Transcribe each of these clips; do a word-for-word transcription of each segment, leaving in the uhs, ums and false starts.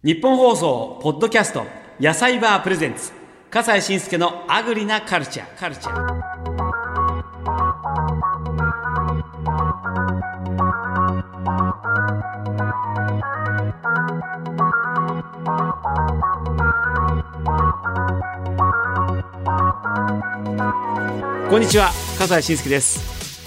日本放送ポッドキャスト野菜バープレゼンツ笠西慎介のアグリなカルチャーカルチャーこんにちは、笠西慎介です。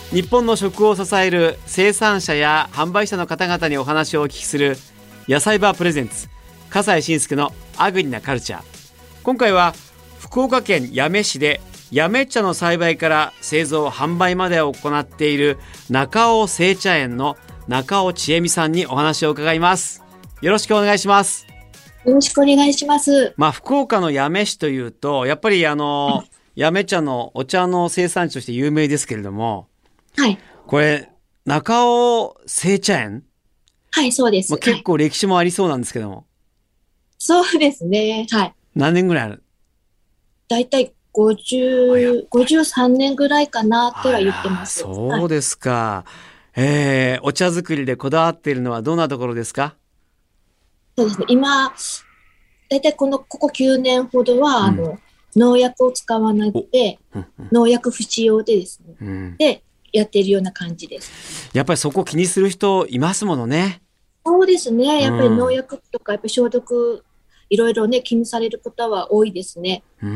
日本の食を支える生産者や販売者の方々にお話をお聞きする野菜バープレゼンツ笠西慎介のアグリなカルチャー。今回は福岡県八女市で八女茶の栽培から製造販売までを行っている中尾製茶園の中尾千恵美さんにお話を伺います。よろしくお願いします。 よろしくお願いします。 まあ福岡の八女市というとやっぱりあの八女茶のお茶の生産地として有名ですけれども、 はい。 これ中尾製茶園、 はい、そうです。 まあ、結構歴史もありそうなんですけども、はい、 そうですね。はい。 何年ぐらいある？ だいたいごじゅう、ごじゅうさんねんぐらいかなっては言ってます。 そうですか。はい、えー、お茶作りでこだわっているのはどんなところですか？ そうですね。今、だいたいこの、ここきゅうねんほどは、うん、あの、農薬を使わないで、うんうん、農薬不使用でですね。うん、で、やっているような感じです。 やっぱりそこ気にする人いますものね。 そうですね。やっぱり農薬とか、やっぱり消毒、いろいろね、気にされる方は多いですね。 うん。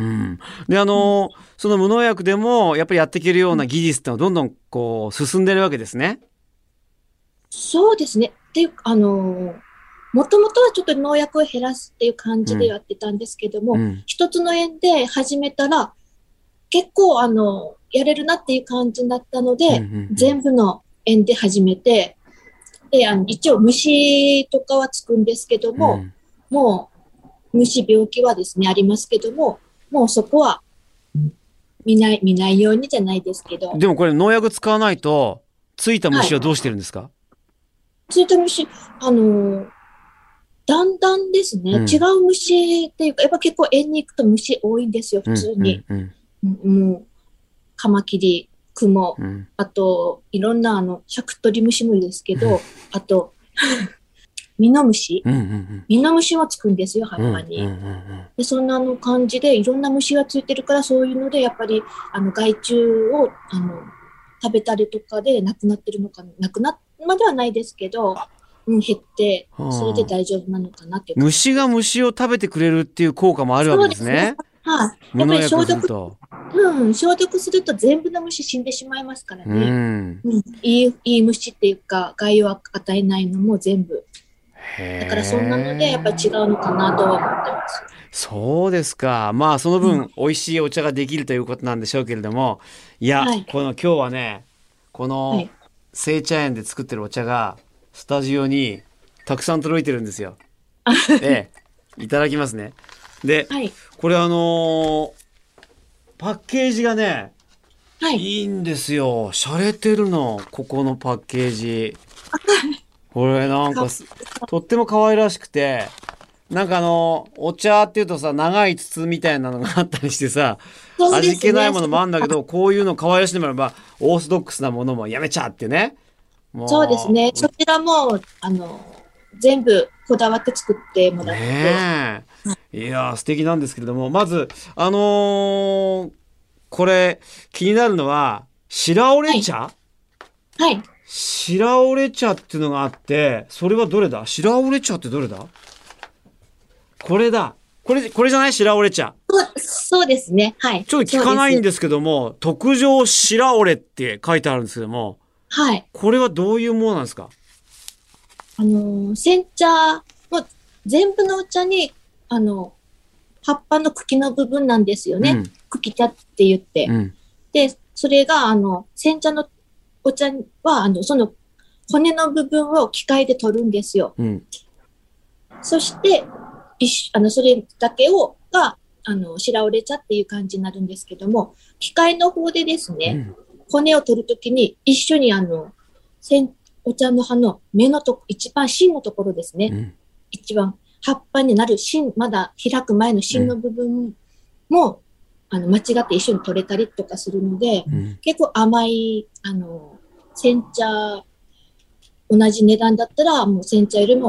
で、あの、うん、その無農薬でも、やっぱりやっていけるような技術ってのはどんどんこう、進んでるわけですね。 そうですね。っていう、あの、もともとはちょっと農薬を減らすっていう感じでやってたんですけども、うん、一つの園で始めたら、結構あの、やれるなっていう感じになったので、うんうんうん、全部の園で始めて、で、あの、一応虫とかはつくんですけども、うん、もう、虫病気はですね、ありますけども、もうそこは、見ない、見ないようにじゃないですけど。 でもこれ農薬使わないと、ついた虫はどうしてるんですか？はい、 ついた虫、あのー、だんだんですね、うん、違う虫っていうか、やっぱ結構園に行くと虫多いんですよ、普通に。うんうんうん、もう、カマキリ、クモ、うん、あと、いろんなあの、シャクトリムシもいいですけど、うん、あと、ミノムシ、うんうんうん、ミノムシもつくんですよ、葉っぱに。うんうんうんうん、でそんなの感じで、いろんな虫がついてるから、そういうので、やっぱり、あの、害虫を、あの、食べたりとかで亡くなってるのかな、亡くなるまではないですけど、うん、減って、それで大丈夫なのかなっていう。 虫が虫を食べてくれるっていう効果もあるわけですね。 はい、やっぱり消毒、うん、消毒すると全部の虫死んでしまいますからね。うんうん、いい、いい虫っていうか、害を与えないのも全部。だからそんなので、やっぱり違うのかなとは思ってます。 そうですか。まあその分、うん、美味しいお茶ができるということなんでしょうけれども、いや、はい、この今日はね、この製茶園で作ってるお茶がスタジオにたくさん届いてるんですよ。ええ、いただきますね。で、はい、これあのー、パッケージがね、はい、いいんですよ。洒落てるの、ここのパッケージ。これなんかとっても可愛らしくて、なんかあのお茶っていうとさ、長い筒みたいなのがあったりしてさ、ね、味気ないものもあるんだけど、こういうの可愛らしいのもあればオーソドックスなものもやめちゃってね。 もうそうですね。そちらもあの全部こだわって作ってもらって、 ねえ、いや素敵なんですけれども、まずあのー、これ気になるのは白折茶。 はい、はい、 白折茶っていうのがあって、それはどれだ？白折茶ってどれだ？これだ。これ、これじゃない？白折茶。 そう、そうですね。はい。 ちょっと聞かないんですけども、特上白折って書いてあるんですけども、 はい。 これはどういうものなんですか？ あの、煎茶も全部のお茶に、あの、葉っぱの茎の部分なんですよね。うん、茎茶って言って、うん。で、それが、あの、煎茶のお茶は、あの、その骨の部分を機械で取るんですよ。うん、そして、あの、それだけを、が、あの、白折茶っていう感じになるんですけども、機械の方でですね、うん、骨を取るときに一緒にあの、お茶の葉の芽のと、一番芯のところですね。うん、一番葉っぱになる芯、まだ開く前の芯の部分も、うん、あの、間違って一緒に取れたりとかするので、うん、結構甘い、あの、煎茶、同じ値段だったら、もう煎茶よりも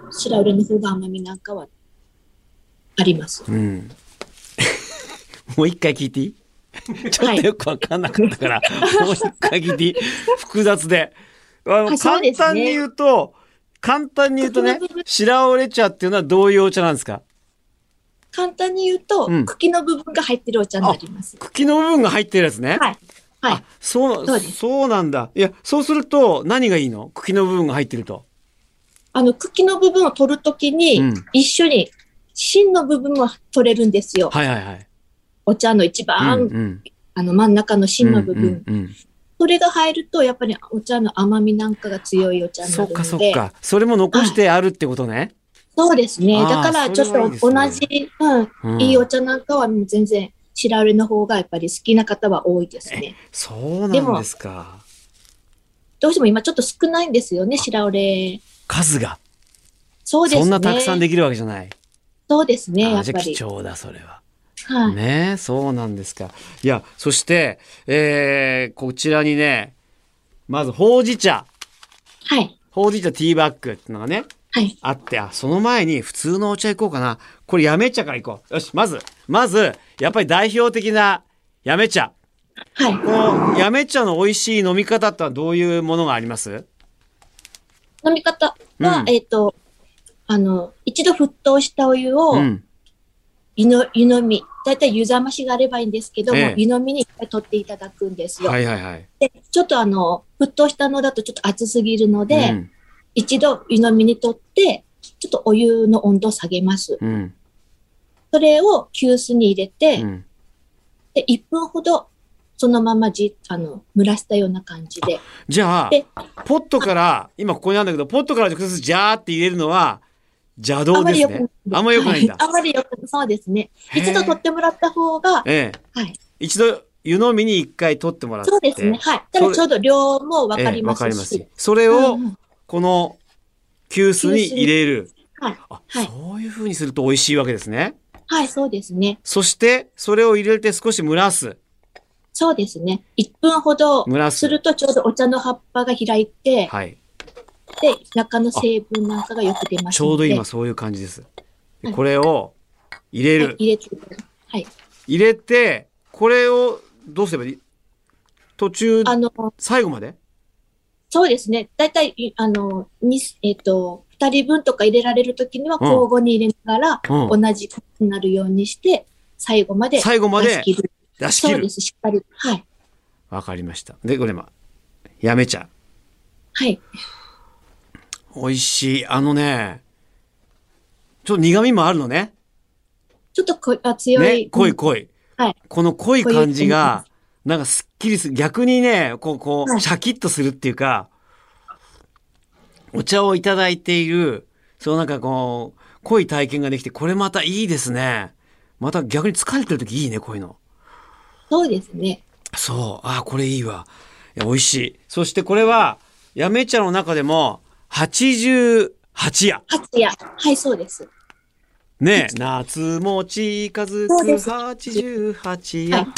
白浦の方が甘みなんかはあります。 うん。もう一回聞いていい？ちょっとよくわかんなかったから、はい、もう一回聞いていい？複雑で。あの、はい、簡単に言うと、簡単に言うとね、白折茶っていうのはどういうお茶なんですか？ 簡単に言うと、うん、茎の部分が入ってるお茶になります。 茎の部分が入ってるやつね。 はい。はい。 あ、そう、そうそうなんだ。いや、そうすると何がいいの？茎の部分が入ってると。 あの、茎の部分を取るときに、うん、一緒に芯の部分も取れるんですよ。 はいはいはい。 お茶の一番、うんうん、あの真ん中の芯の部分。うんうんうん、それが入ると、やっぱりお茶の甘みなんかが強いお茶になるので。 そっかそっか。それも残してあるってことね。はい、 そうですね。だからちょっと同じ、いいね、うん、いいお茶なんかは全然白売りの方がやっぱり好きな方は多いですね。 そうなんですか。 どうしても今ちょっと少ないんですよね、白売り。 数が。 そうですね。 そんなたくさんできるわけじゃない。 そうですね、やっぱり。 じゃあ貴重だ、それは。 はい。 ねえ、そうなんですか。いや、そして、えー、こちらにね、まずほうじ茶。 はい。 ほうじ茶ティーバッグっていうのがね、 はい。 あって、あ、その前に普通のお茶行こうかな。これやめ茶から行こう。よし、まず、まず、やっぱり代表的なやめ茶。 はい。 このやめ茶の美味しい飲み方ってのはどういうものがあります？ 飲み方は、うん、えっと、あの、一度沸騰したお湯を、うん、湯の、湯飲み。だいたい湯冷ましがあればいいんですけども、ええ、湯飲みに一回取っていただくんですよ。 はいはいはい。 で、ちょっとあの、沸騰したのだとちょっと熱すぎるので、うん、一度湯飲みに取って、ちょっとお湯の温度を下げます。うん、それを急須に入れて、うん、で、いっぷんほどそのままじ、あの、蒸らしたような感じで。 じゃあ、ポットから、今ここにあるんだけど、ポットから直接ジャーって入れるのは、邪道ですね。あんまり良くないんだ。 あんまり良くない。そうですね。一度取ってもらった方が、 ええ、はい。一度湯飲みに一回取ってもらって。 そうですね。はい。ただちょうど量もわかりますし。わ、ええ、かりますし。 それを、この急須に入れる。 はい。 あ、はい、そういう風にすると美味しいわけですね。 はい、そうですね。 そして、それを入れて少し蒸らす。 そうですね。いっぷんほどするとちょうどお茶の葉っぱが開いて、はい。で、中の成分なんかがよく出ますので。 ちょうど今そういう感じです。はい、これを入れる。はい、 入れて、はい。 入れて、これをどうすればいい？途中、あの、最後まで？ そうですね。だいたい、あの、に、えっと、二人分とか入れられるときには交互に入れながら、うん、同じになるようにして、最後まで最後まで出し切る。出し切る。 そうです、しっかり。はい。 わかりました。で、これま、やめ茶。 はい。 美味しい。あのね、ちょっと苦味もあるのね。 ちょっとこあ強い、 ね。濃い濃い。 はい。 この濃い感じが、なんかすっきりする。逆にね、こう、こう、はい、シャキッとするっていうか、お茶をいただいている、そうなんかこう、濃い体験ができて、これまたいいですね。また逆に疲れてる時いいね、こういうの。 そうですね。 そう。あ、これいいわ。いや、美味しい。そしてこれは、やめ茶の中でも、はちじゅうはち夜。 はち夜。はい、そうです。 ねえ、夏も近づくはちじゅうはち夜。はい、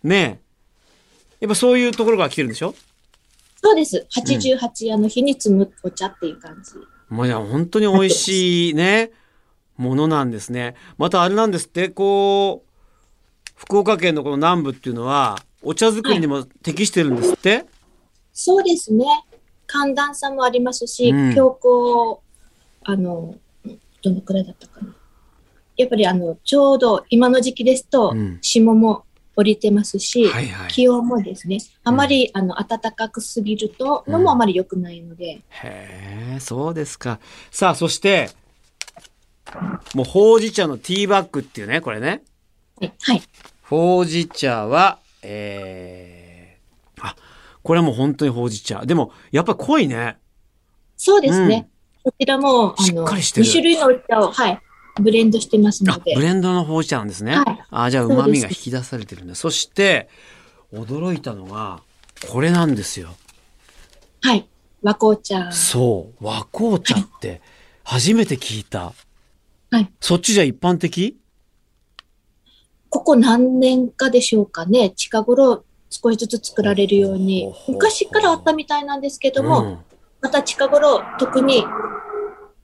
ねえ。やっぱそういうところから来てるんでしょ？ そうです。はちじゅうはち夜の日に摘むお茶っていう感じ。 うん、もうじゃあ本当に美味しいね、ものなんですね。またあれなんですって、こう、福岡県のこの南部っていうのは、お茶作りにも適してるんですって？はい、 そうですね。寒暖差もありますし、うん、標高、あの、どのくらいだったかな。やっぱりあの、ちょうど今の時期ですと、霜も降りてますし、はいはい、気温もですね、あまり、うん、あの、暖かくすぎるとのもあまり良くないので。うん、 へえ、そうですか。さあ、そして、もう、ほうじ茶のティーバッグっていうね、これね。 はい。はい、 ほうじ茶は、えー、あ、これはもう本当にほうじ茶。でも、やっぱり濃いね。 そうですね。うん、こちらも、あの、に種類のお茶を、はい、ブレンドしてますので。 ブレンドのほうじ茶なんですね。はい、あ、じゃあ、旨味が引き出されてるんだ。そして、驚いたのが、これなんですよ。 はい。和紅茶。 そう。和紅茶って、初めて聞いた。 はい。 そっちじゃ一般的？ここ何年かでしょうかね。近頃、少しずつ作られるように、昔からあったみたいなんですけども、うん、また近頃特に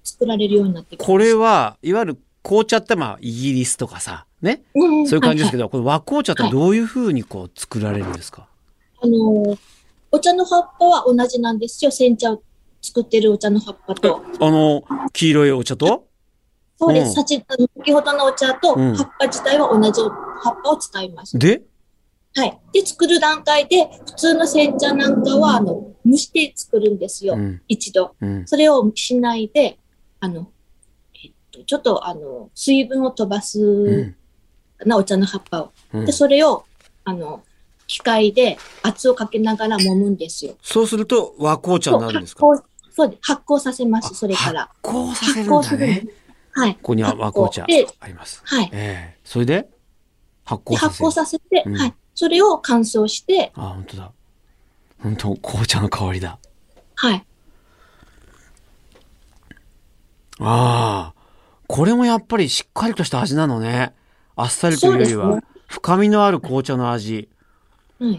作られるようになってきました。 これはいわゆる紅茶ってまあイギリスとかさね、うん、そういう感じですけど、はいはい、この和紅茶ってどういうふうにこう作られるんですか？ はい、あのー、お茶の葉っぱは同じなんですよ。煎茶を作ってるお茶の葉っぱと。 あの黄色いお茶と？ そうです。さち、先ほどのお茶と葉っぱ自体は同じ葉っぱを使います。 で、 はい。で、作る段階で、普通の煎茶なんかは、あの、蒸して作るんですよ。うん、一度、うん。それをしないで、あの、えっと、ちょっと、あの、水分を飛ばす、うん、な、お茶の葉っぱを。うん、で、それを、あの、機械で圧をかけながら揉むんですよ。 そうすると和紅茶になるんですか？ そうで、発酵させます、それから。 発酵させるんだね。はい。ここには和紅茶あります。 はい。 ええー、それで発酵させ発酵させて、うん、はい。それを乾燥して。 あ、本当だ。本当紅茶の香りだ。 はい。 ああ、これもやっぱりしっかりとした味なのね。あっさりというよりは、ね、深みのある紅茶の味。 うん。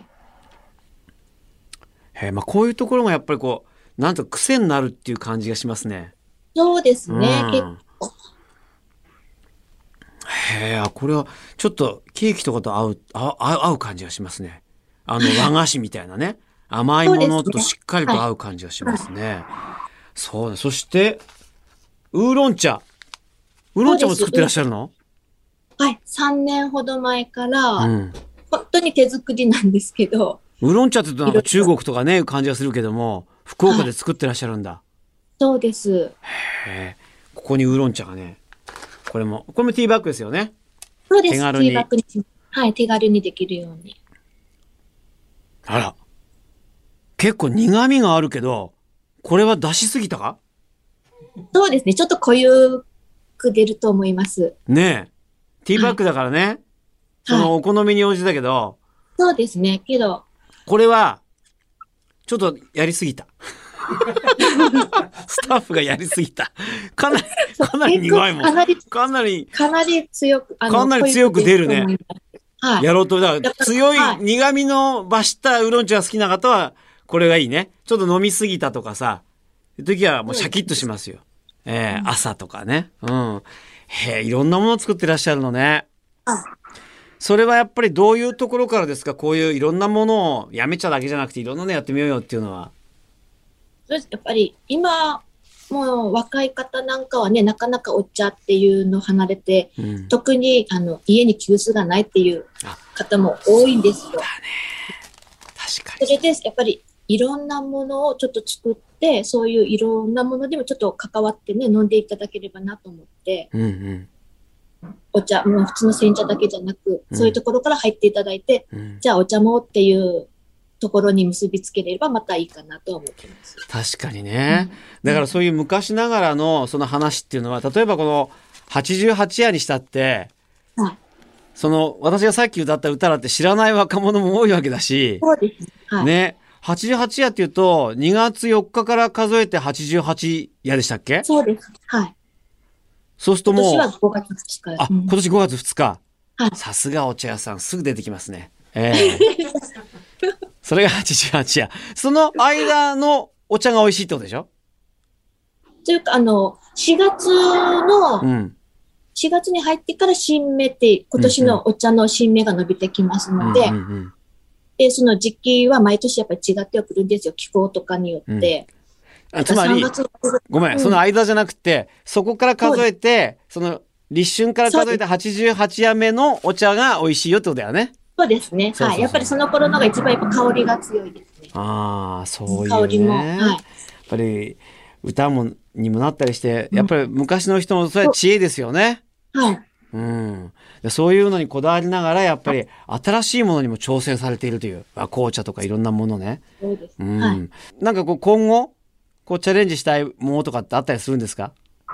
へえ、まあこういうところもやっぱりこう、なんと癖になるっていう感じがしますね。 そうですね。うん、結構。 へえ、これはちょっとケーキとかと合う、合う、合う感じがしますね。あの和菓子みたいなね。甘いものとしっかりと合う感じがしますね。はいはい、そうだ。そして、ウーロン茶。ウーロン茶も作ってらっしゃるの？ はい。さんねんほど前から、うん、本当に手作りなんですけど。 ウーロン茶って言うとなんか中国とかね、感じがするけども、福岡で作ってらっしゃるんだ。はい、 そうです。 へえ。ここにウーロン茶がね、これも、これもティーバッグですよね。 そうです。手軽に。ティーバッグに、はい、手軽にできるように。 あら。結構苦味があるけど、これは出しすぎたか？ そうですね。ちょっと濃ゆく出ると思います。 ねえ。ティーバッグだからね。はい、そのお好みに応じだけど、はい。 そうですね。けど。 これは、ちょっとやりすぎた。スタッフがやりすぎた。かなり、かなり苦いもん。かなり、かなり、 かなり強く、 あのかなり強く出るね。はい。やろうと、だから強い苦味の増したウーロン茶が好きな方は、これがいいね。ちょっと飲みすぎたとかさ、いう時はもうシャキッとしますよ。えー、うん、朝とかね。うん。へえ、いろんなものを作ってらっしゃるのね。それはやっぱりどういうところからですか？こういういろんなものをやめちゃだけじゃなくていろんなのやってみようよっていうのは。 やっぱり今、もう若い方なんかはね、なかなかお茶っていうの離れて、うん、特にあの家に急須がないっていう方も多いんですよ。 そうだね。確かに。 それでやっぱりいろんなものをちょっと作って、そういういろんなものでもちょっと関わってね、飲んでいただければなと思って、 うんうんお茶、もう普通の煎茶だけじゃなく、うん、そういうところから入っていただいて、うん、じゃあお茶もっていうところに結びつければまたいいかなと思ってます。 確かにね。うん、だからそういう昔ながらのその話っていうのは、例えばこのはちじゅうはち夜にしたって、はい、その私がさっき歌った歌だって知らない若者も多いわけだし、 そうです。はい、 ね。はちじゅうはち夜っていうとにがつよっかから数えてはちじゅうはち夜でしたっけ？ そうです。はい。 そうするともう。 今年はごがつふつか。 あ、今年ごがつふつか。 はい。 さすがお茶屋さん、すぐ出てきますね。ええー。それがはちじゅうはち夜。その間のお茶が美味しいってことでしょ？ というか、あの、しがつの、うん、しがつに入ってから新芽って、今年のお茶の新芽が伸びてきますので、うんうんうん、で、その時期は毎年やっぱり違ってくるんですよ。気候とかによって。 うん、つまり、ごめん、うん、その間じゃなくて、そこから数えて、その立春から数えてはちじゅうはち夜目のお茶が美味しいよってことだよね。 そうですね。そうそうそう、はい。やっぱりその頃のが一番やっぱ香りが強いですね。 ああ、そういうね。 香りも。はい。やっぱり歌もにもなったりして、やっぱり昔の人のそれは知恵ですよね。 はい。 うん。そういうのにこだわりながら、やっぱり新しいものにも挑戦されているという、和紅茶とかいろんなものね。 そうです。 うん。はい、なんかこう今後、こうチャレンジしたいものとかってあったりするんですか？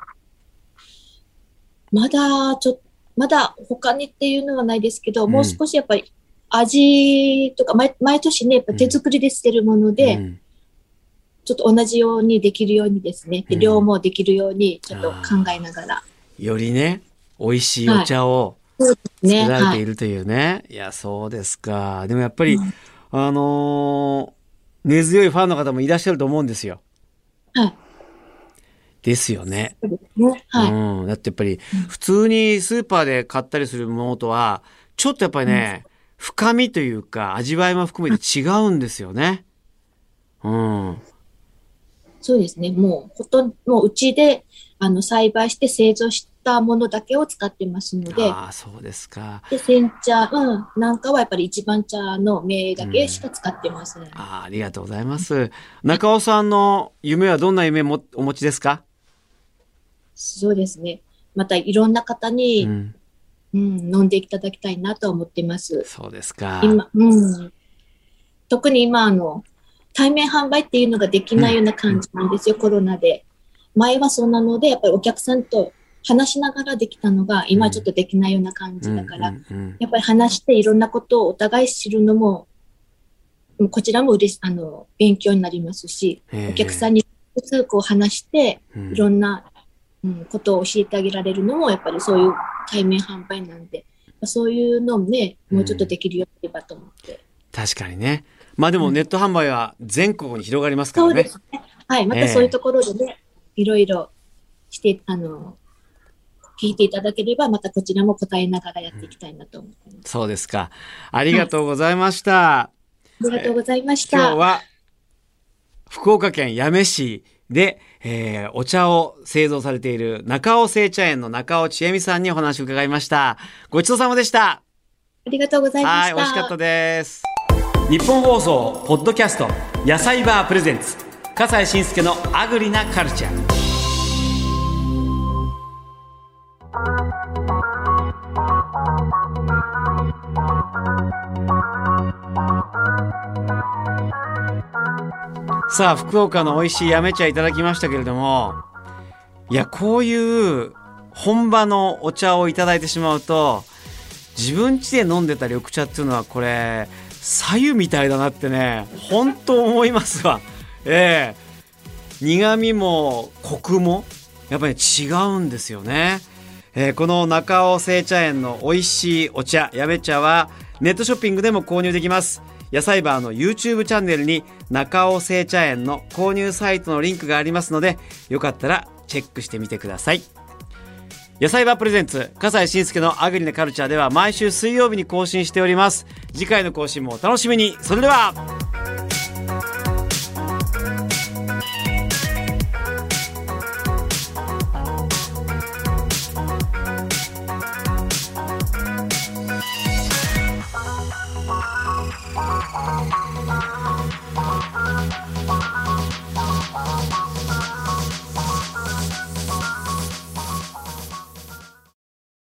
まだちょっと、まだ他にっていうのはないですけど、うん、もう少しやっぱり味とか毎、毎年ね、やっぱ手作りでしてるもので、うん、ちょっと同じようにできるようにですね、で量もできるようにちょっと考えながら。 よりね、美味しいお茶を作られているというね。はい、はい、いや、そうですか。でもやっぱり、うん、あのー、根強いファンの方もいらっしゃると思うんですよ。 はい。 ですよね。 そうですね。はい。 うん、だってやっぱり普通にスーパーで買ったりするものとはちょっとやっぱりね、うん、深みというか味わいも含めて違うんですよね。うん。 そうですね。もうほとんどもううちであの栽培して製造したものだけを使ってますので。 ああ、そうですか。 で煎茶、うん、なんかはやっぱり一番茶の銘だけしか使ってますね。 うん、ああ、ありがとうございます。中尾さんの夢はどんな夢もお持ちですか？ そうですね。またいろんな方に、うんうん、飲んでいただきたいなと思ってます。 そうですか。 今、うん、特に今あの対面販売っていうのができないような感じなんですよ、うん、コロナで。前はそうなので、やっぱりお客さんと話しながらできたのが、今ちょっとできないような感じだから、うんうんうんうん、やっぱり話していろんなことをお互い知るのも、こちらも嬉しあの勉強になりますし、お客さんに普通こう話して、いろんな、うん、ことを教えてあげられるのも、やっぱりそういう対面販売なんで、そういうのもね、もうちょっとできるようになればと思って。うん、 確かにね。まあでもネット販売は全国に広がりますからね。 そうですね。はい。またそういうところでね、えー、いろいろして、あの、聞いていただければ、またこちらも答えながらやっていきたいなと思ってます。 うん、そうですか。ありがとうございました。 はい、ありがとうございました。 今日は福岡県八女市で、えー、お茶を製造されている中尾製茶園の中尾千恵美さんにお話を伺いました。ごちそうさまでした。 ありがとうございました。 はい、美味しかったです。日本放送ポッドキャスト野菜バープレゼンツ笠西慎介のアグリなカルチャー。さあ福岡の美味しい八女茶いただきましたけれども、いやこういう本場のお茶をいただいてしまうと自分家で飲んでた緑茶っていうのはこれ白湯みたいだなってね本当思いますわ。えー、苦味もコクもやっぱり違うんですよね。えー、この中尾製茶園の美味しいお茶八女茶はネットショッピングでも購入できます。野菜バーの YouTube チャンネルに中尾製茶園の購入サイトのリンクがありますのでよかったらチェックしてみてください。野菜バープレゼンツ笠西慎介のアグリなカルチャーでは毎週水曜日に更新しております。次回の更新もお楽しみに。それでは。